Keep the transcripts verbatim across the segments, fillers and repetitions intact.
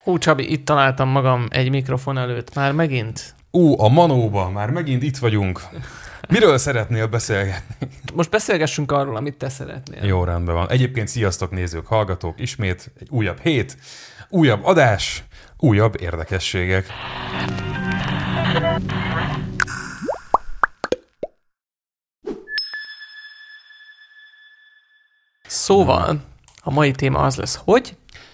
Hú, Csabi, itt találtam magam egy mikrofon előtt. Már megint? Ú, a Manóba, már megint itt vagyunk. Miről szeretnél beszélgetni? Most beszélgessünk arról, amit te szeretnél. Jó, rendben van. Egyébként sziasztok nézők, hallgatók, ismét egy újabb hét, újabb adás, újabb érdekességek. Szóval, a mai téma az lesz, hogy?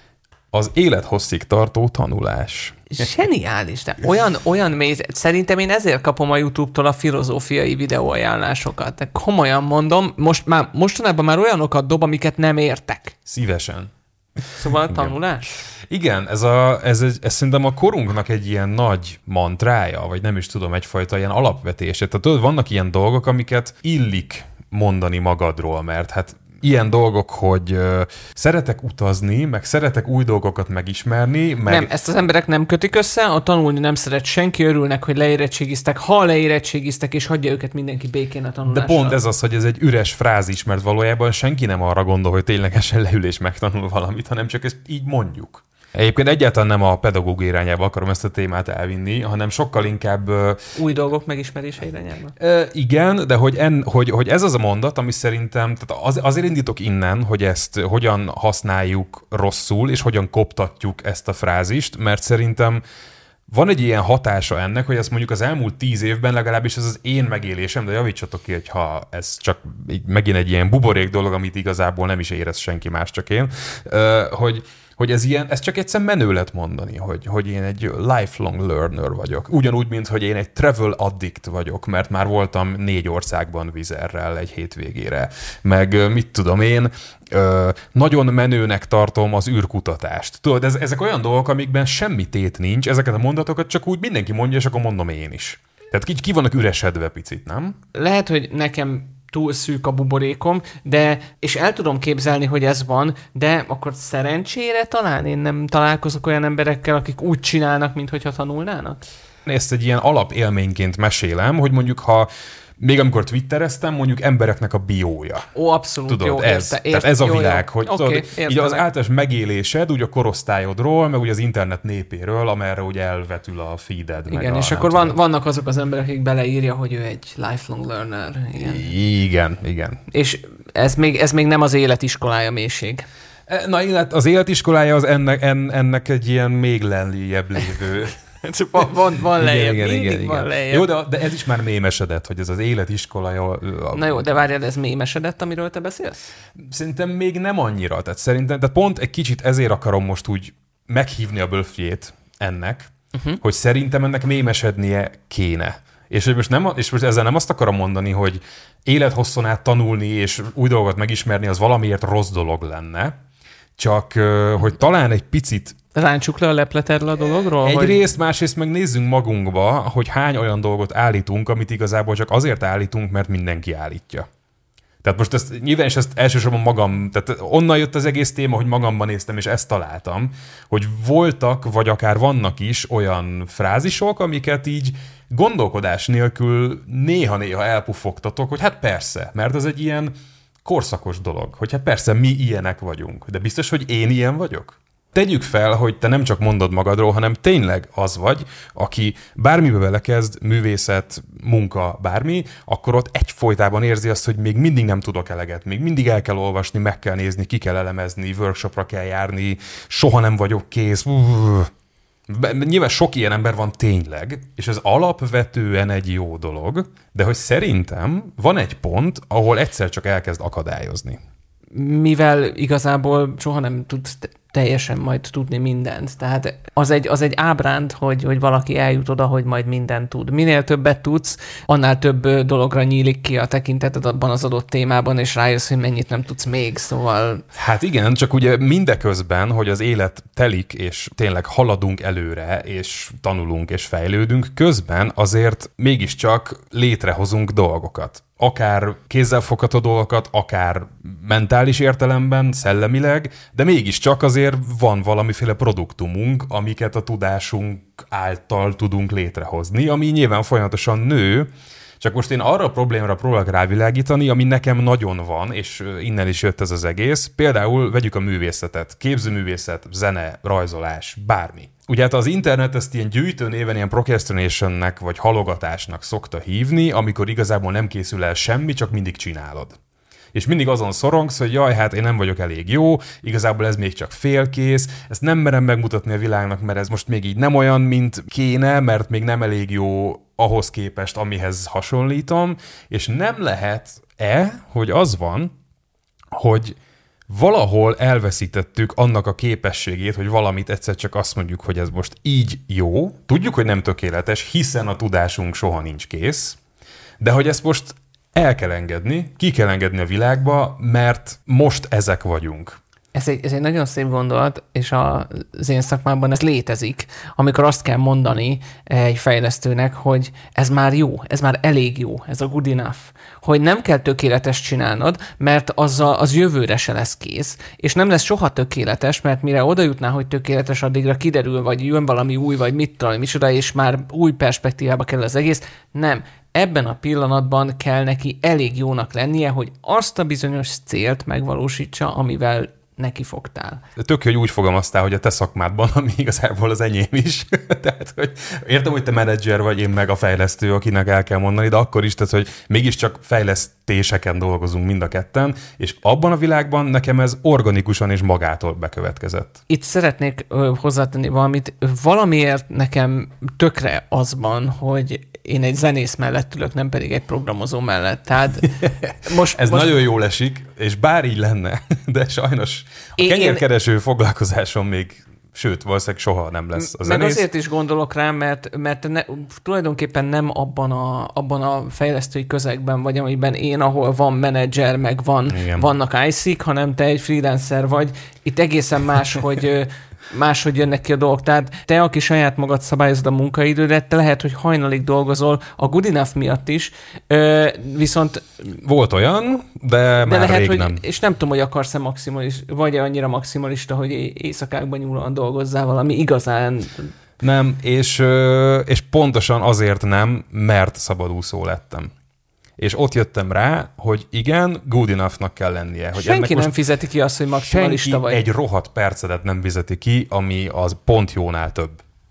Az élethosszig tartó tanulás. Zseniális, de olyan, olyan mély, szerintem én ezért kapom a YouTube-tól a filozófiai videóajánlásokat. De komolyan mondom, most már, mostanában már olyanokat dob, amiket nem értek. Szívesen. Szóval tanulás? Igen, ez, a, ez, egy, ez szerintem a korunknak egy ilyen nagy mantrája, vagy nem is tudom, egyfajta ilyen alapvetése. Tehát tudod, vannak ilyen dolgok, amiket illik mondani magadról, mert hát ilyen dolgok, hogy uh, szeretek utazni, meg szeretek új dolgokat megismerni. Meg... Nem, ezt az emberek nem kötik össze, a tanulni nem szeret senki, örülnek, hogy leérettségiztek, ha leérettségiztek, és hagyja őket mindenki békén a tanulással. De pont ez az, hogy ez egy üres frázis, mert valójában senki nem arra gondol, hogy ténylegesen leül és megtanul valamit, hanem csak ezt így mondjuk. Egyébként egyáltalán nem a pedagógia irányába akarom ezt a témát elvinni, hanem sokkal inkább... Új dolgok megismerése irányába? E, igen, de hogy, en, hogy, hogy ez az a mondat, ami szerintem... Tehát az, azért indítok innen, hogy ezt hogyan használjuk rosszul, és hogyan koptatjuk ezt a frázist, mert szerintem van egy ilyen hatása ennek, hogy ezt mondjuk az elmúlt tíz évben legalábbis ez az én megélésem, de javítsatok ki, hogyha ez csak megint egy ilyen buborék dolog, amit igazából nem is érez senki más, csak én, hogy... hogy ez ilyen, ez csak egyszer menő lett mondani, hogy, hogy én egy lifelong learner vagyok. Ugyanúgy, mint hogy én egy travel addict vagyok, mert már voltam négy országban vizerrel egy hétvégére. Meg mit tudom én, nagyon menőnek tartom az űrkutatást. Tudod, ez, ezek olyan dolgok, amikben semmi tét nincs, ezeket a mondatokat csak úgy mindenki mondja, és akkor mondom én is. Tehát ki, ki vannak üresedve picit, nem? Lehet, hogy nekem túl szűk a buborékom, de, és el tudom képzelni, hogy ez van, de akkor szerencsére talán én nem találkozok olyan emberekkel, akik úgy csinálnak, minthogyha tanulnának? Ezt egy ilyen alapélményként mesélem, hogy mondjuk ha még amikor twittereztem, mondjuk embereknek a biója. Ó, abszolút. Tudod, jó, ez, érte, tehát ez a jó, világ, jó. hogy Okay, tudod, így az általános megélésed, úgy a korosztályodról, meg úgy az internet népéről, amerre úgy elvetül a feeded. Igen, meg és a, akkor van, tudom. vannak azok az emberek, akik beleírja, hogy ő egy lifelong learner. Igen, igen. igen. És ez még, ez még nem az életiskolája mélység. Na, élet, az életiskolája az ennek, en, ennek egy ilyen még lejjebb lévő... van, van, van lejjebb, igen, mindig igen, van igen. lejjebb. Jó, de, de ez is már mémesedett, hogy ez az életiskola... A... Na jó, de várjál, ez mémesedett, amiről te beszélsz? Szerintem még nem annyira. Tehát szerintem, tehát pont egy kicsit ezért akarom most úgy meghívni a bölfjét ennek, uh-huh. hogy szerintem ennek mémesednie kéne. És most, nem, és most ezzel nem azt akarom mondani, hogy élethosszon át tanulni és új dolgot megismerni az valamiért rossz dolog lenne, csak hogy talán egy picit ráncsuk le a leplet erről a dologról? Egyrészt, hogy... másrészt meg nézzünk magunkba, hogy hány olyan dolgot állítunk, amit igazából csak azért állítunk, mert mindenki állítja. Tehát most ezt, nyilván is ezt elsősorban magam, tehát onnan jött az egész téma, hogy magamban néztem, és ezt találtam, hogy voltak, vagy akár vannak is olyan frázisok, amiket így gondolkodás nélkül néha-néha elpufogtatok, hogy hát persze, mert ez egy ilyen korszakos dolog, hogy hát persze mi ilyenek vagyunk, de biztos, hogy én ilyen vagyok? Tegyük fel, hogy te nem csak mondod magadról, hanem tényleg az vagy, aki bármibe belekezd, művészet, munka, bármi, akkor ott egyfolytában érzi azt, hogy még mindig nem tudok eleget, még mindig el kell olvasni, meg kell nézni, ki kell elemezni, workshopra kell járni, soha nem vagyok kész. Nyilván sok ilyen ember van tényleg, és ez alapvetően egy jó dolog, de hogy szerintem van egy pont, ahol egyszer csak elkezd akadályozni. Mivel igazából soha nem tudsz teljesen majd tudni mindent. Tehát az egy, az egy ábránd, hogy, hogy valaki eljut oda, hogy majd mindent tud. Minél többet tudsz, annál több dologra nyílik ki a tekinteted abban az adott témában, és rájössz, hogy mennyit nem tudsz még, szóval... Hát igen, csak ugye mindeközben, hogy az élet telik, és tényleg haladunk előre, és tanulunk, és fejlődünk, közben azért mégiscsak létrehozunk dolgokat. Akár kézzelfogható dolgokat, akár mentális értelemben, szellemileg, de mégiscsak azért van valamiféle produktumunk, amiket a tudásunk által tudunk létrehozni, ami nyilván folyamatosan nő, Csak most én arra a problémára próbálok rávilágítani, ami nekem nagyon van, és innen is jött ez az egész. Például vegyük a művészetet, képzőművészet, zene, rajzolás, bármi. Ugye hát az internet ezt ilyen gyűjtő néven ilyen procrastinationnek vagy halogatásnak szokta hívni, amikor igazából nem készül el semmi, csak mindig csinálod. És mindig azon szorongsz, hogy jaj, hát én nem vagyok elég jó, igazából ez még csak félkész, ezt nem merem megmutatni a világnak, mert ez most még így nem olyan, mint kéne, mert még nem elég jó ahhoz képest, amihez hasonlítom, és nem lehet-e, hogy az van, hogy valahol elveszítettük annak a képességét, hogy valamit egyszer csak azt mondjuk, hogy ez most így jó. Tudjuk, hogy nem tökéletes, hiszen a tudásunk soha nincs kész, de hogy ezt most el kell engedni, ki kell engedni a világba, mert most ezek vagyunk. Ez egy, ez egy nagyon szép gondolat, és az én szakmában ez létezik, amikor azt kell mondani egy fejlesztőnek, hogy ez már jó, ez már elég jó, ez a good enough, hogy nem kell tökéletes csinálnod, mert az, a, az jövőre se lesz kész, és nem lesz soha tökéletes, mert mire oda jutnál, hogy tökéletes, addigra kiderül, vagy jön valami új, vagy mit tudom, micsoda, és már új perspektívába kell az egész. Nem. Ebben a pillanatban kell neki elég jónak lennie, hogy azt a bizonyos célt megvalósítsa, amivel neki fogtál. Tök jó, hogy úgy fogalmaztál, hogy a te szakmádban, ami igazából az enyém is. Tehát, hogy értem, hogy te menedzser vagy, én meg a fejlesztő, akinek el kell mondani, de akkor is, tehát, hogy mégiscsak fejlesztéseken dolgozunk mind a ketten, és abban a világban nekem ez organikusan és magától bekövetkezett. Itt szeretnék ö, hozzátenni valamit. Valamiért nekem tökre az van, hogy én egy zenész mellett ülök, nem pedig egy programozó mellett. Tehát most, ez most... nagyon jól esik, és bár így lenne, de sajnos a én, kenyérkereső én... foglalkozásom még, sőt, valószínűleg soha nem lesz a zenész. Meg azért is gondolok rá, mert, mert ne, tulajdonképpen nem abban a, abban a fejlesztői közegben vagy, amiben én, ahol van menedzser, meg van, vannak i cé-k, hanem te egy freelancer vagy. Itt egészen más, hogy... máshogy jönnek ki a dolgok. Tehát te, aki saját magad szabályozod a munkaidődet, te lehet, hogy hajnalig dolgozol a good enough miatt is, ö, viszont... Volt olyan, de, de már lehet, rég hogy, nem. És nem tudom, hogy akarsz-e maximalis, vagy annyira maximalista, hogy éjszakákban nyúlóan dolgozzál valami igazán... Nem, és, és pontosan azért nem, mert szabadúszó lettem. És ott jöttem rá, hogy igen, good enough-nak kell lennie. Hogy senki nem fizeti ki azt, hogy maximalista vagy. Senki egy rohadt percedet nem fizeti ki, ami az pont jónál több.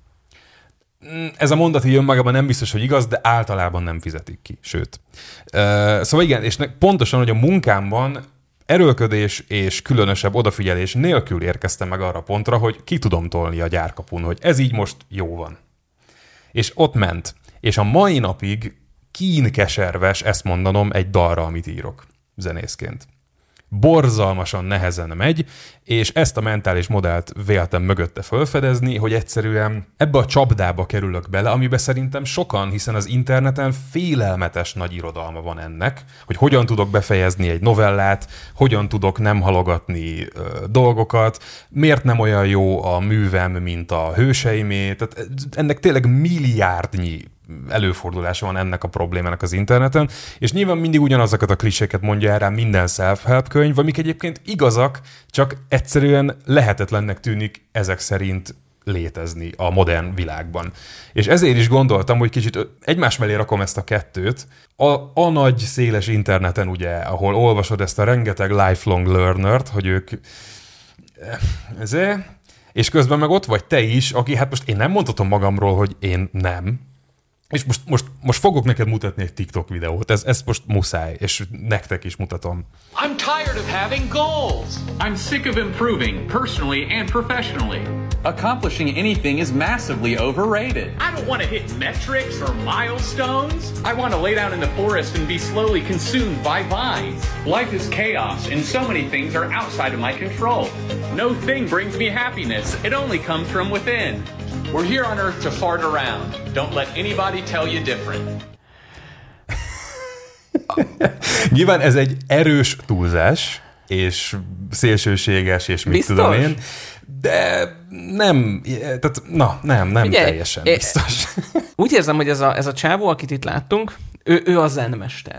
Ez a mondat így önmagában nem biztos, hogy igaz, de általában nem fizetik ki, sőt. Szóval igen, és pontosan, hogy a munkámban erőlködés és különösebb odafigyelés nélkül érkeztem meg arra pontra, hogy ki tudom tolni a gyárkapun, hogy ez így most jó van. És ott ment. És a mai napig kínkeserves ezt mondanom egy dalra, amit írok zenészként. Borzalmasan nehezen megy, és ezt a mentális modellt véltem mögötte felfedezni, hogy egyszerűen ebbe a csapdába kerülök bele, amiben szerintem sokan, hiszen az interneten félelmetes nagy irodalma van ennek, hogy hogyan tudok befejezni egy novellát, hogyan tudok nem halogatni ö, dolgokat, miért nem olyan jó a művem, mint a hőseimé, tehát ennek tényleg milliárdnyi előfordulása van ennek a problémának az interneten, és nyilván mindig ugyanazokat a kliséket mondja el rá minden self-help könyv, amik egyébként igazak, csak egyszerűen lehetetlennek tűnik ezek szerint létezni a modern világban. És ezért is gondoltam, hogy kicsit egymás mellé rakom ezt a kettőt. A, a nagy, széles interneten, ugye, ahol olvasod ezt a rengeteg lifelong learnert, hogy ők ezért, és közben meg ott vagy te is, aki, hát most én nem mondhatom magamról, hogy én nem. És most, most, most fogok neked mutatni egy TikTok videót, ez, ez most muszáj, és nektek is mutatom. I'm tired of having goals. I'm sick of improving personally and professionally. Accomplishing anything is massively overrated. I don't want to hit metrics or milestones. I want to lay down in the forest and be slowly consumed by vines. Life is chaos and so many things are outside of my control. No thing brings me happiness. It only comes from within. We're here on Earth to fart around. Don't let anybody tell you different. Nyilván ez egy erős túlzás, és szélsőséges, és mit biztos? tudom én, de nem, tehát na, nem, nem Ugye, teljesen biztos. Úgy érzem, hogy ez a, ez a csávó, akit itt láttunk, ő, ő a zenmester.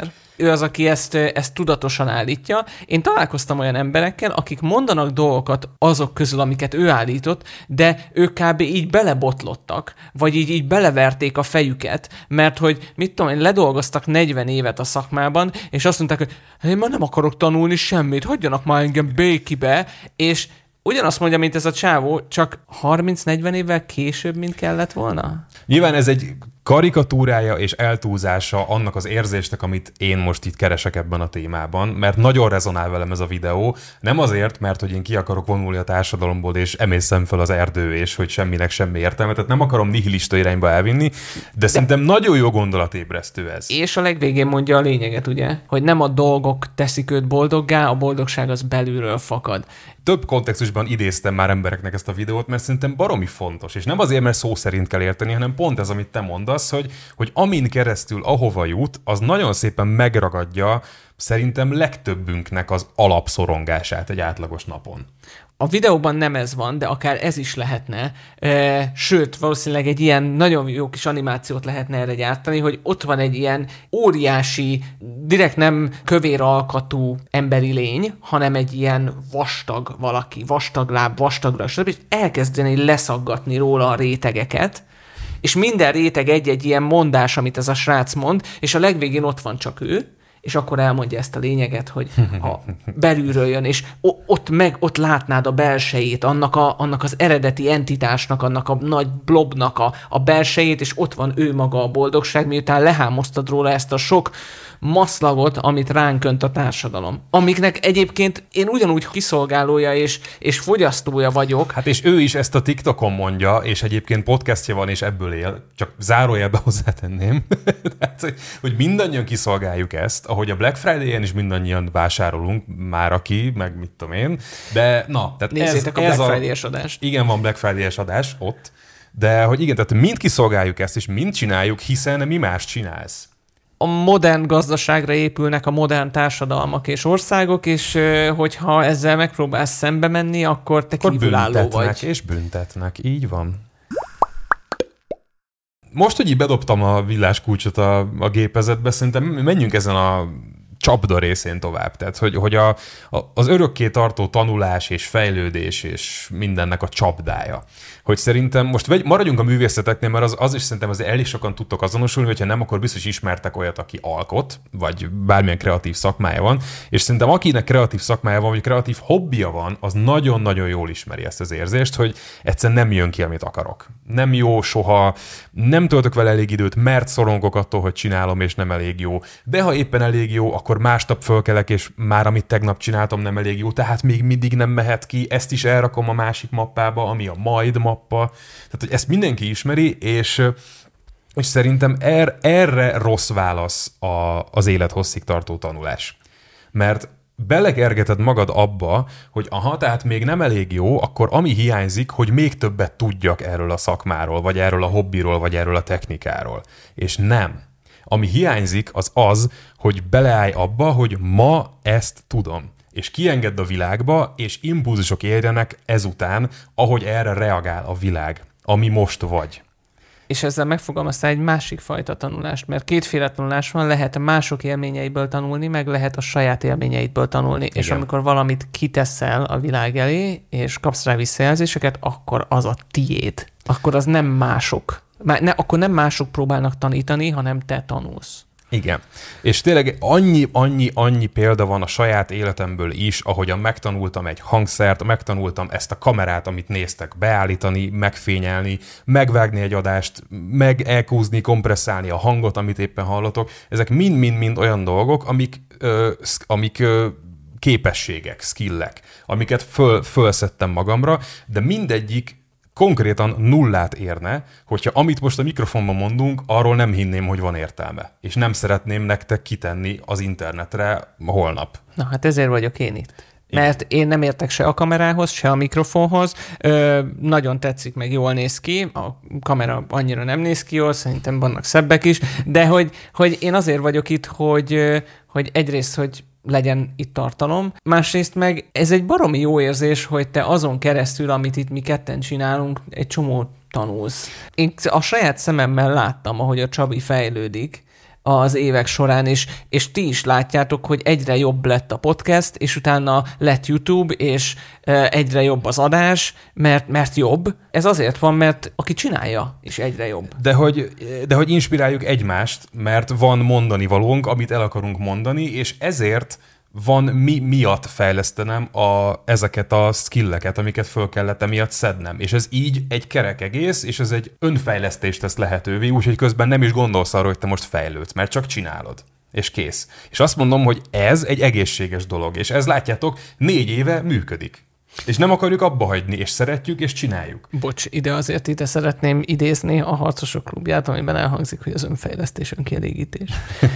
ő az, aki ezt, ezt tudatosan állítja. Én találkoztam olyan emberekkel, akik mondanak dolgokat azok közül, amiket ő állított, de ők kb. Így belebotlottak, vagy így, így beleverték a fejüket, mert hogy mit tudom én, ledolgoztak negyven évet a szakmában, és azt mondták, hogy én már nem akarok tanulni semmit, hagyjanak már engem békibe, és ugyanazt mondja, mint ez a csávó, csak harminc-negyven évvel később, mint kellett volna? Nyilván ez egy karikatúrája és eltúlzása annak az érzésnek, amit én most itt keresek ebben a témában, mert nagyon rezonál velem ez a videó. Nem azért, mert hogy én ki akarok vonulni a társadalomból, és emészem fel az erdő, és hogy semminek semmi értelme. Tehát nem akarom nihilista irányba elvinni, de, de szerintem nagyon jó gondolatébresztő ez. És a legvégén mondja a lényeget, ugye? Hogy nem a dolgok teszik őt boldoggá, a boldogság az belülről fakad. Több kontextusban idéztem már embereknek ezt a videót, mert szerintem baromi fontos. És nem azért, mert szó szerint kell érteni, hanem pont ez, amit te mondasz, hogy, hogy amin keresztül ahova jut, az nagyon szépen megragadja szerintem legtöbbünknek az alapszorongását egy átlagos napon. A videóban nem ez van, de akár ez is lehetne. E, sőt, valószínűleg egy ilyen nagyon jó kis animációt lehetne erre gyártani, hogy ott van egy ilyen óriási, direkt nem kövér alkatú emberi lény, hanem egy ilyen vastag valaki, vastag láb, vastagra, stb. És elkezdeni leszaggatni róla a rétegeket, és minden réteg egy-egy ilyen mondás, amit ez a srác mond, és a legvégén ott van csak ő, és akkor elmondja ezt a lényeget, hogy ha belülről jön, és ott meg, ott látnád a belsejét, annak, a, annak az eredeti entitásnak, annak a nagy blobnak a, a belsejét, és ott van ő maga a boldogság, miután lehámoztad róla ezt a sok maszlagot, amit ránk önt a társadalom. Amiknek egyébként én ugyanúgy kiszolgálója és, és fogyasztója vagyok. Hát és ő is ezt a TikTokon mondja, és egyébként podcastja van, és ebből él, csak zárójelbe hozzátenném. Tehát, hogy, hogy mindannyian kiszolgáljuk ezt, ahogy a Black Friday-en is mindannyian vásárolunk, már aki, meg mit tudom én, de na, tehát nézzétek ez, a Black ez Friday-es adást. Igen, van Black Friday-es adás ott, de hogy igen, tehát mind kiszolgáljuk ezt, és mind csináljuk, hiszen mi más csinálsz. A modern gazdaságra épülnek a modern társadalmak és országok, és hogyha ezzel megpróbálsz szembe menni, akkor te akkor kívülálló vagy. és büntetnek, így van. Most, hogy így bedobtam a villáskulcsot a, a gépezetbe, szerintem menjünk ezen a csapda részén tovább. Tehát, hogy, hogy a, a, az örökké tartó tanulás és fejlődés és mindennek a csapdája. Hogy szerintem most vegy, maradjunk a művészeteknél, mert az, az is szerintem azért elég sokan tudtok azonosulni, hogyha nem, akkor biztos ismertek olyat, aki alkot, vagy bármilyen kreatív szakmája van, és szerintem akinek kreatív szakmája van, vagy kreatív hobbija van, az nagyon-nagyon jól ismeri ezt az érzést, hogy egyszerűen nem jön ki, amit akarok. Nem jó soha, nem töltök vele elég időt, mert szorongok attól, hogy csinálom, és nem elég jó. De ha éppen elég jó, akkor másnap fölkelek, és már amit tegnap csináltam, nem elég jó, tehát még mindig nem mehet ki, ezt is elrakom a másik mappába, ami a majd mappa. Tehát, hogy ezt mindenki ismeri, és, és szerintem er, erre rossz válasz a, az élethosszig tartó tanulás. Mert belegergeted magad abba, hogy aha, tehát még nem elég jó, akkor ami hiányzik, hogy még többet tudjak erről a szakmáról, vagy erről a hobbiról, vagy erről a technikáról. És nem. Ami hiányzik, az az, hogy beleállj abba, hogy ma ezt tudom. És kiengedd a világba, és impulzusok érjenek ezután, ahogy erre reagál a világ, ami most vagy. És ezzel megfogalmaztál egy másik fajta tanulást, mert kétféle tanulás van, lehet mások élményeiből tanulni, meg lehet a saját élményeidből tanulni. Igen. És amikor valamit kiteszel a világ elé, és kapsz rá visszajelzéseket, akkor az a tiéd. Akkor az nem mások. Ne, akkor nem mások próbálnak tanítani, hanem te tanulsz. Igen. És tényleg annyi, annyi, annyi példa van a saját életemből is, ahogyan megtanultam egy hangszert, megtanultam ezt a kamerát, amit néztek, beállítani, megfényelni, megvágni egy adást, meg elkúzni, kompresszálni a hangot, amit éppen hallotok. Ezek mind-mind-mind olyan dolgok, amik, ö, amik ö, képességek, skillek, amiket föl, fölszedtem magamra, de mindegyik konkrétan nullát érne, hogyha amit most a mikrofonban mondunk, arról nem hinném, hogy van értelme. És nem szeretném nektek kitenni az internetre holnap. Na hát ezért vagyok én itt. Igen. Mert én nem értek se a kamerához, se a mikrofonhoz. Ö, nagyon tetszik, meg jól néz ki. A kamera annyira nem néz ki jól, szerintem vannak szebbek is. De hogy, hogy én azért vagyok itt, hogy, hogy egyrészt, hogy legyen itt tartalom. Másrészt meg ez egy baromi jó érzés, hogy te azon keresztül, amit itt mi ketten csinálunk, egy csomó tanulsz. Én a saját szememmel láttam, ahogy a Csabi fejlődik, az évek során, és, és ti is látjátok, hogy egyre jobb lett a podcast, és utána lett YouTube, és egyre jobb az adás, mert, mert jobb. Ez azért van, mert aki csinálja, is egyre jobb. De hogy, de hogy inspiráljuk egymást, mert van mondani valónk, amit el akarunk mondani, és ezért van mi miatt fejlesztenem a, ezeket a skilleket, amiket föl kellett emiatt szednem. És ez így egy kerek egész, és ez egy önfejlesztést tesz lehetővé, úgyhogy közben nem is gondolsz arra, hogy te most fejlődsz, mert csak csinálod. És kész. És azt mondom, hogy ez egy egészséges dolog, és ez látjátok, négy éve működik. És nem akarjuk abba hagyni, és szeretjük, és csináljuk. Bocs, ide azért ide szeretném idézni a Harcosok klubját, amiben elhangzik, hogy az önfejlesztés, önkielégítés.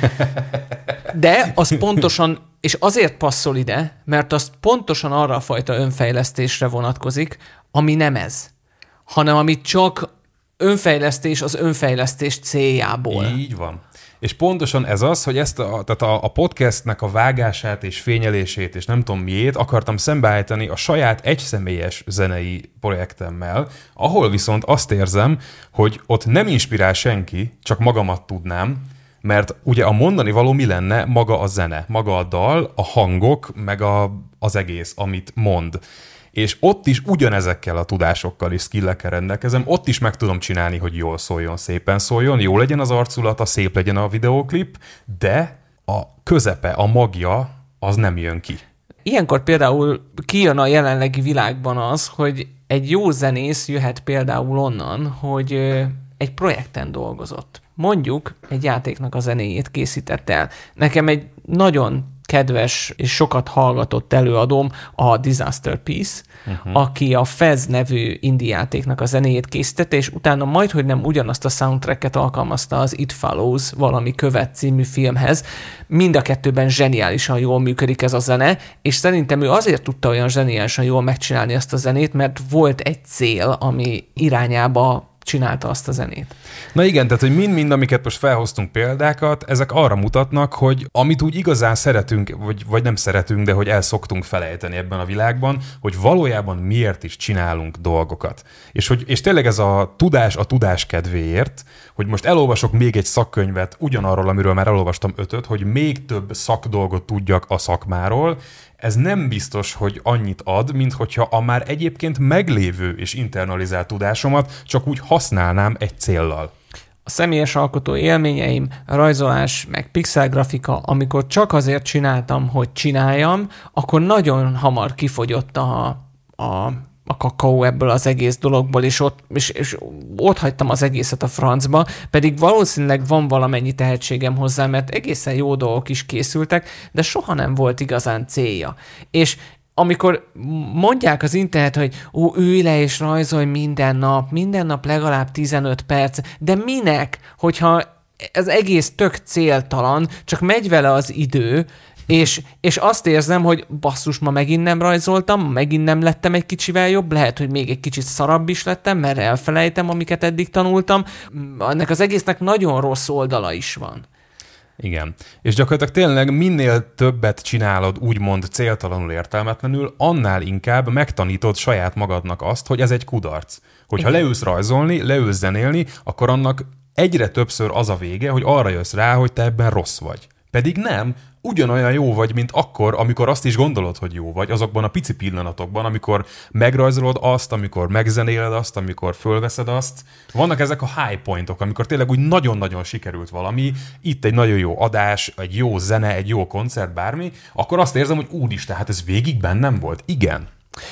De az pontosan, és azért passzol ide, mert az pontosan arra a fajta önfejlesztésre vonatkozik, ami nem ez, hanem ami csak önfejlesztés az önfejlesztés céljából. Így van. És pontosan ez az, hogy ezt a, tehát a, a podcastnek a vágását és fényelését és nem tudom miét akartam szembeállítani a saját egyszemélyes zenei projektemmel, ahol viszont azt érzem, hogy ott nem inspirál senki, csak magamat tudnám, mert ugye a mondani való mi lenne? Maga a zene, maga a dal, a hangok, meg a, az egész, amit mond. És ott is ugyanezekkel a tudásokkal és skillekkel rendelkezem, ott is meg tudom csinálni, hogy jól szóljon, szépen szóljon, jó legyen az arculata, szép legyen a videóklip, de a közepe, a magja, az nem jön ki. Ilyenkor például kijön a jelenlegi világban az, hogy egy jó zenész jöhet például onnan, hogy egy projekten dolgozott. Mondjuk egy játéknak a zenéjét készített el. Nekem egy nagyon kedves és sokat hallgatott előadóm a Disaster Piece, uh-huh. aki a Fez nevű indie játéknak a zenéjét készítette, és utána majdhogy nem ugyanazt a soundtracket alkalmazta az It Follows valami követ című filmhez. Mind a kettőben zseniálisan jól működik ez a zene, és szerintem ő azért tudta olyan zseniálisan jól megcsinálni ezt a zenét, mert volt egy cél, ami irányába csinálta azt a zenét. Na igen, tehát hogy mind-mind, amiket most felhoztunk példákat, ezek arra mutatnak, hogy amit úgy igazán szeretünk, vagy, vagy nem szeretünk, de hogy el szoktunk felejteni ebben a világban, hogy valójában miért is csinálunk dolgokat. És, hogy, és tényleg ez a tudás a tudás kedvéért, hogy most elolvasok még egy szakkönyvet ugyanarról, amiről már elolvastam ötöt, hogy még több szakdolgot tudjak a szakmáról, ez nem biztos, hogy annyit ad, mint hogyha a már egyébként meglévő és internalizált tudásomat csak úgy használnám egy céllal. A személyes alkotó élményeim, rajzolás, meg pixelgrafika, amikor csak azért csináltam, hogy csináljam, akkor nagyon hamar kifogyott a, a, a kakaó ebből az egész dologból, és ott, és, és ott hagytam az egészet a francba, pedig valószínűleg van valamennyi tehetségem hozzá, mert egészen jó dolgok is készültek, de soha nem volt igazán célja. És amikor mondják az internet, hogy ó, ülj le és rajzolj minden nap, minden nap legalább tizenöt perc, de minek, hogyha ez egész tök céltalan, csak megy vele az idő, és, és azt érzem, hogy basszus, ma megint nem rajzoltam, ma megint nem lettem egy kicsivel jobb, lehet, hogy még egy kicsit szarabb is lettem, mert elfelejtem, amiket eddig tanultam. Ennek az egésznek nagyon rossz oldala is van. Igen. És gyakorlatilag tényleg minél többet csinálod úgymond céltalanul, értelmetlenül, annál inkább megtanítod saját magadnak azt, hogy ez egy kudarc. Hogyha Igen. leülsz rajzolni, leülsz zenélni, akkor annak egyre többször az a vége, hogy arra jössz rá, hogy te ebben rossz vagy. Pedig nem, ugyanolyan jó vagy, mint akkor, amikor azt is gondolod, hogy jó vagy, azokban a pici pillanatokban, amikor megrajzolod azt, amikor megzenéled azt, amikor fölveszed azt. Vannak ezek a high pointok, amikor tényleg úgy nagyon-nagyon sikerült valami, itt egy nagyon jó adás, egy jó zene, egy jó koncert, bármi, akkor azt érzem, hogy úristen, hát ez végig bennem volt. Igen.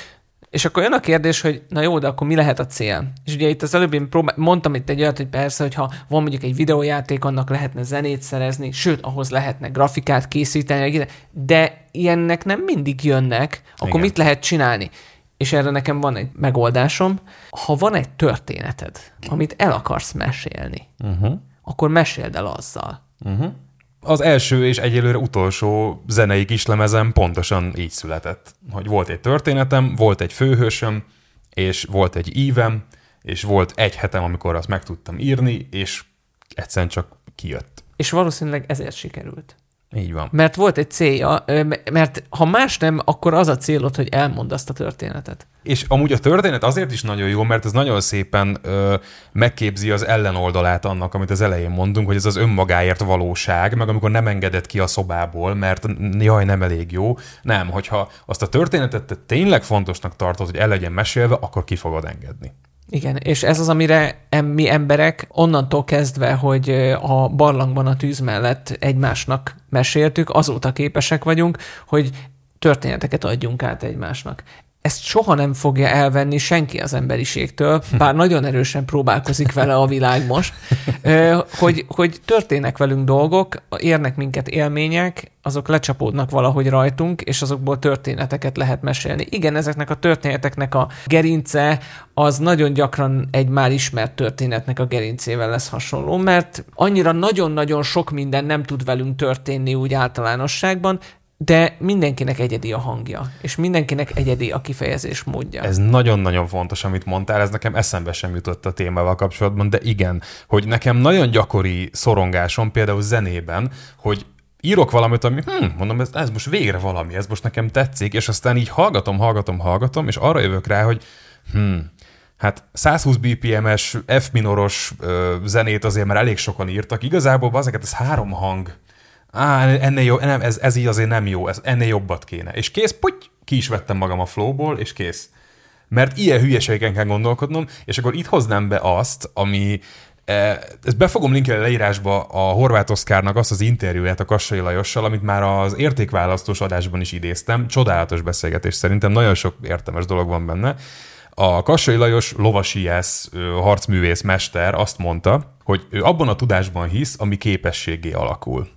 És akkor jön a kérdés, hogy na jó, de akkor mi lehet a cél? És ugye itt az előbb én próbál, mondtam itt egy olyat, hogy persze, hogyha van mondjuk egy videójáték, annak lehetne zenét szerezni, sőt, ahhoz lehetne grafikát készíteni, de ilyennek nem mindig jönnek, akkor Igen. mit lehet csinálni? És erre nekem van egy megoldásom. Ha van egy történeted, amit el akarsz mesélni, uh-huh. akkor meséld el azzal. Uh-huh. Az első és egyelőre utolsó zenei kislemezem pontosan így született. Hogy volt egy történetem, volt egy főhősöm, és volt egy ívem, és volt egy hetem, amikor azt meg tudtam írni, és egyszerűen csak kijött. És valószínűleg ezért sikerült. Így van. Mert volt egy célja, mert ha más nem, akkor az a célod, hogy elmondd azt a történetet. És amúgy a történet azért is nagyon jó, mert ez nagyon szépen ö, megképzi az ellenoldalát annak, amit az elején mondunk, hogy ez az önmagáért valóság, meg amikor nem engedett ki a szobából, mert jaj, nem elég jó. Nem, hogyha azt a történetet te tényleg fontosnak tartod, hogy el legyen mesélve, akkor ki fogod engedni. Igen, és ez az, amire mi emberek onnantól kezdve, hogy a barlangban a tűz mellett egymásnak meséltük, azóta képesek vagyunk, hogy történeteket adjunk át egymásnak. Ezt soha nem fogja elvenni senki az emberiségtől, bár nagyon erősen próbálkozik vele a világ most, hogy, hogy történnek velünk dolgok, érnek minket élmények, azok lecsapódnak valahogy rajtunk, és azokból történeteket lehet mesélni. Igen, ezeknek a történeteknek a gerince az nagyon gyakran egy már ismert történetnek a gerincével lesz hasonló, mert annyira nagyon-nagyon sok minden nem tud velünk történni úgy általánosságban, de mindenkinek egyedi a hangja, és mindenkinek egyedi a kifejezés módja. Ez nagyon-nagyon fontos, amit mondtál, ez nekem eszembe sem jutott a témával kapcsolatban, de igen, hogy nekem nagyon gyakori szorongásom, például zenében, hogy írok valamit, ami, hm, mondom, ez, ez most végre valami, ez most nekem tetszik, és aztán így hallgatom, hallgatom, hallgatom, és arra jövök rá, hogy hm, hát százhúsz bé pé em-es, F-minoros ö, zenét azért már elég sokan írtak, igazából ezeket ez három hang, Á, ennél jó, nem, ez, ez így azért nem jó, ez, ennél jobbat kéne. És kész, puty, ki is vettem magam a flowból, és kész. Mert ilyen hülyeségeken kell gondolkodnom, és akkor itt hoznám be azt, ami, eh, ezt be fogom linkelni leírásba a Horváth Oszkárnak azt az interjúját a Kassai Lajossal, amit már az értékválasztós adásban is idéztem. Csodálatos beszélgetés szerintem, nagyon sok értelmes dolog van benne. A Kassai Lajos lovasíjász, harcművész mester azt mondta, hogy ő abban a tudásban hisz, ami képességgé alakul.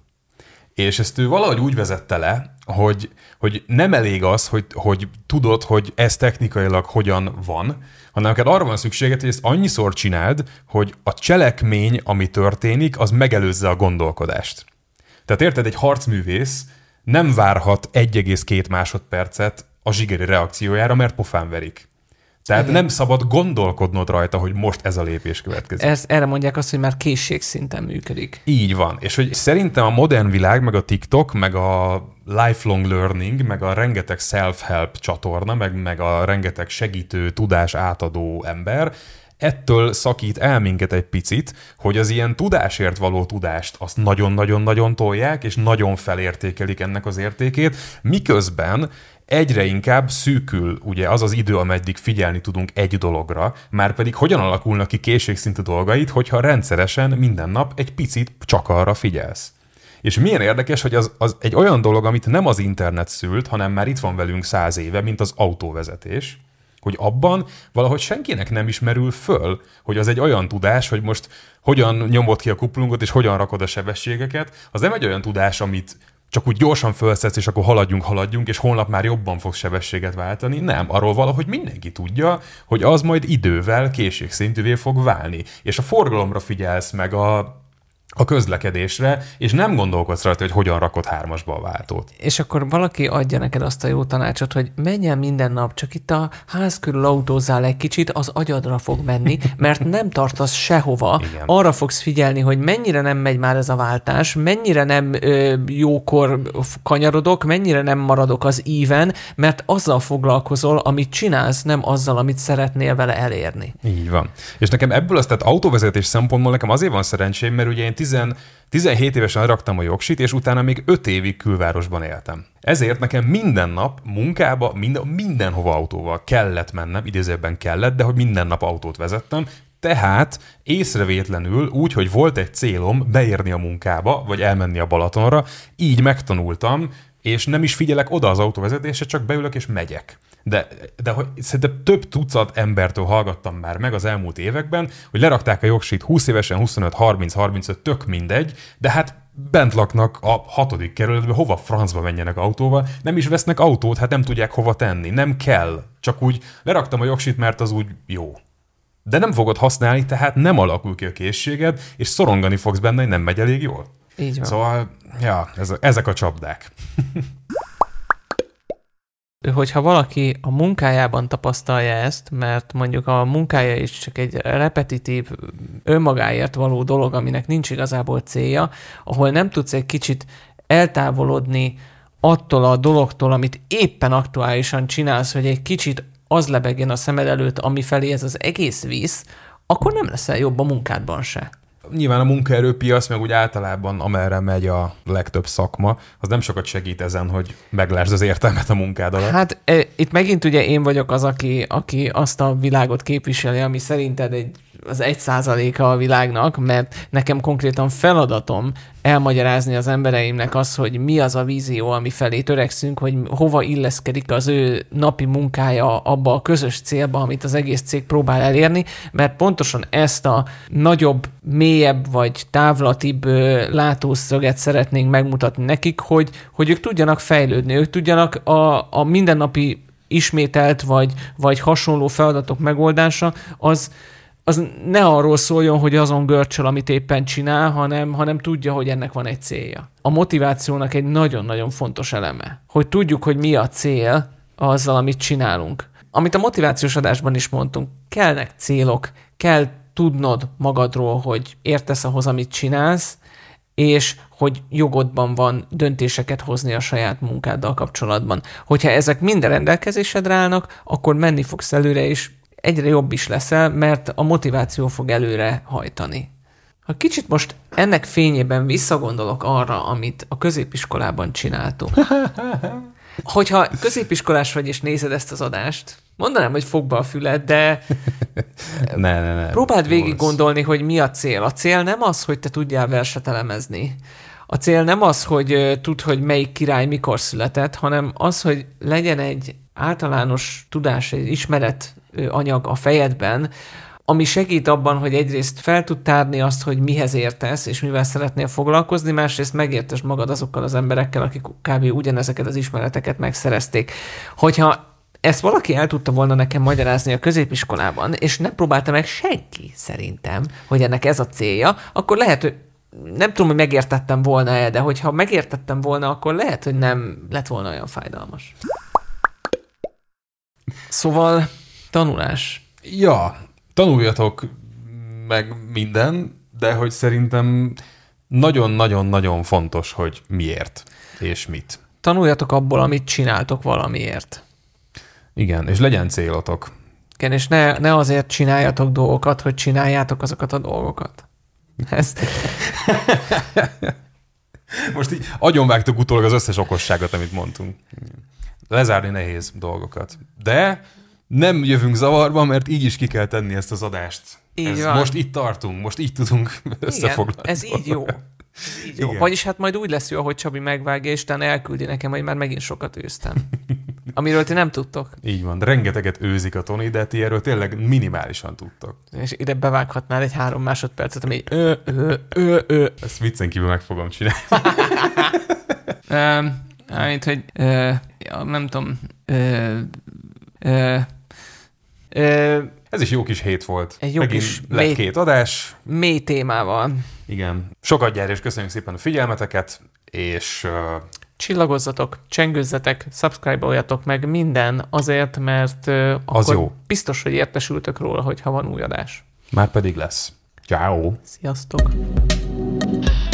És ezt ő valahogy úgy vezette le, hogy, hogy nem elég az, hogy, hogy tudod, hogy ez technikailag hogyan van, hanem neked arra van szükséged, hogy ezt annyiszor csináld, hogy a cselekmény, ami történik, az megelőzze a gondolkodást. Tehát érted, egy harcművész nem várhat egy egész két másodpercet a zsigeri reakciójára, mert pofán verik. Tehát igen. Nem szabad gondolkodnod rajta, hogy most ez a lépés következik. Ez, erre mondják azt, hogy már készségszinten működik. Így van. És hogy szerintem a modern világ, meg a TikTok, meg a lifelong learning, meg a rengeteg self-help csatorna, meg, meg a rengeteg segítő, tudás átadó ember, ettől szakít el minket egy picit, hogy az ilyen tudásért való tudást azt nagyon-nagyon-nagyon tolják, és nagyon felértékelik ennek az értékét, miközben egyre inkább szűkül ugye az az idő, ameddig figyelni tudunk egy dologra, már pedig hogyan alakulnak ki készségszintű dolgait, hogyha rendszeresen minden nap egy picit csak arra figyelsz. És milyen érdekes, hogy az, az egy olyan dolog, amit nem az internet szült, hanem már itt van velünk száz éve, mint az autóvezetés, hogy abban valahogy senkinek nem ismerül föl, hogy az egy olyan tudás, hogy most hogyan nyomod ki a kuplungot, és hogyan rakod a sebességeket. Az nem egy olyan tudás, amit csak úgy gyorsan fölszedsz, és akkor haladjunk, haladjunk, és holnap már jobban fogsz sebességet váltani. Nem, arról valahogy mindenki tudja, hogy az majd idővel készségszintűvé fog válni. És a forgalomra figyelsz meg a, a közlekedésre, és nem gondolkodsz rajta, hogy hogyan rakod hármasba a váltót. És akkor valaki adja neked azt a jó tanácsot, hogy menjen minden nap, csak itt a ház körül autózzál egy kicsit, az agyadra fog menni, mert nem tartasz sehova. Igen. Arra fogsz figyelni, hogy mennyire nem megy már ez a váltás, mennyire nem ö, jókor kanyarodok, mennyire nem maradok az íven, mert azzal foglalkozol, amit csinálsz, nem azzal, amit szeretnél vele elérni. Így van. És nekem ebből az, tehát autóvezetés szempontból nekem azért van szerencsém, mert ugye én tizenhét évesen raktam a jogsit, és utána még öt évig külvárosban éltem. Ezért nekem minden nap munkába, minden, mindenhova autóval kellett mennem, idézőben kellett, de hogy minden nap autót vezettem, tehát észrevétlenül úgy, hogy volt egy célom beérni a munkába, vagy elmenni a Balatonra, így megtanultam, és nem is figyelek oda az autóvezetésre, csak beülök és megyek. De, de hogy szerintem több tucat embertől hallgattam már meg az elmúlt években, hogy lerakták a jogsit húsz évesen, huszonöt, harminc, harmincöt, tök mindegy, de hát bent laknak a hatodik kerületben, hova francba menjenek autóval, nem is vesznek autót, hát nem tudják hova tenni, nem kell. Csak úgy leraktam a jogsit, mert az úgy jó. De nem fogod használni, tehát nem alakul ki a készséged, és szorongani fogsz benne, hogy nem megy elég jól. Így van. Szóval, ja, ez, ezek a csapdák. Hogyha valaki a munkájában tapasztalja ezt, mert mondjuk a munkája is csak egy repetitív, önmagáért való dolog, aminek nincs igazából célja, ahol nem tudsz egy kicsit eltávolodni attól a dologtól, amit éppen aktuálisan csinálsz, hogy egy kicsit az lebegjen a szemed előtt, ami felé ez az egész visz, akkor nem leszel jobb a munkádban se. Nyilván a munkaerőpiac, meg úgy általában amerre megy a legtöbb szakma, az nem sokat segít ezen, hogy meglásd az értelmet a munkád alatt. Hát e, itt megint ugye én vagyok az, aki, aki azt a világot képviseli, ami szerinted egy, az egy százaléka a világnak, mert nekem konkrétan feladatom elmagyarázni az embereimnek azt, hogy mi az a vízió, ami felé törekszünk, hogy hova illeszkedik az ő napi munkája abba a közös célba, amit az egész cég próbál elérni, mert pontosan ezt a nagyobb, mélyebb vagy távlatibb ö, látószöget szeretnénk megmutatni nekik, hogy, hogy ők tudjanak fejlődni, ők tudjanak a, a mindennapi ismételt vagy, vagy hasonló feladatok megoldása, az az ne arról szóljon, hogy azon görcsöl, amit éppen csinál, hanem, hanem tudja, hogy ennek van egy célja. A motivációnak egy nagyon-nagyon fontos eleme, hogy tudjuk, hogy mi a cél azzal, amit csinálunk. Amit a motivációs adásban is mondtunk, kellnek célok, kell tudnod magadról, hogy értesz ahhoz, amit csinálsz, és hogy jogodban van döntéseket hozni a saját munkáddal kapcsolatban. Hogyha ezek minden rendelkezésedre állnak, akkor menni fogsz előre, és egyre jobb is leszel, mert a motiváció fog előre hajtani. Ha kicsit most ennek fényében visszagondolok arra, amit a középiskolában csináltunk. Hogyha középiskolás vagy és nézed ezt az adást, mondanám, hogy fogd be a füled, de ne, ne, ne. próbáld végig gondolni, hogy mi a cél. A cél nem az, hogy te tudjál verset elemezni. A cél nem az, hogy tudd, hogy melyik király mikor született, hanem az, hogy legyen egy általános tudás, egy ismeret anyag a fejedben, ami segít abban, hogy egyrészt fel tud tárni azt, hogy mihez értesz, és mivel szeretnél foglalkozni, másrészt megértesd magad azokkal az emberekkel, akik kb. Ugyanezeket az ismereteket megszerezték. Hogyha ezt valaki el tudta volna nekem magyarázni a középiskolában, és nem próbálta meg senki szerintem, hogy ennek ez a célja, akkor lehet, hogy nem tudom, hogy megértettem volna-e, de hogyha megértettem volna, akkor lehet, hogy nem lett volna olyan fájdalmas. Szóval tanulás. Ja, tanuljatok meg minden, de hogy szerintem nagyon-nagyon-nagyon fontos, hogy miért és mit. Tanuljatok abból, amit csináltok valamiért. Igen, és legyen célotok. Igen, és ne, ne azért csináljatok dolgokat, hogy csináljátok azokat a dolgokat. Ezt... Most így agyonvágtuk utólag az összes okosságot, amit mondtunk. Lezárni nehéz dolgokat. De nem jövünk zavarba, mert így is ki kell tenni ezt az adást. Ez most itt tartunk, most így tudunk összefoglalni. Igen, ez így jó. Így jó. Vagyis hát majd úgy lesz jó, hogy Csabi megvágja, és utána elküldi nekem, hogy már megint sokat őztem. Amiről ti nem tudtok. Így van, rengeteget őzik a Toni, de ti erről tényleg minimálisan tudtok. És ide bevághatnál egy három másodpercet, ami ö, ö, ö, ö. Ezt viccen kívül meg fogom csinálni. um, Mint, hogy ö, ja, nem tudom, ö, ö, ö, ez is jó kis hét volt. Egy jó Megint kis lett mély, két adás. Mély témával. Igen. Sokat gyere, és köszönjük szépen a figyelmeteket, és... Uh... csillagozzatok, csengőzzetek, subscribe-oljatok meg minden azért, mert uh, akkor jó. Biztos, hogy értesültök róla, hogyha van új adás. Már pedig lesz. Ciao. Sziasztok!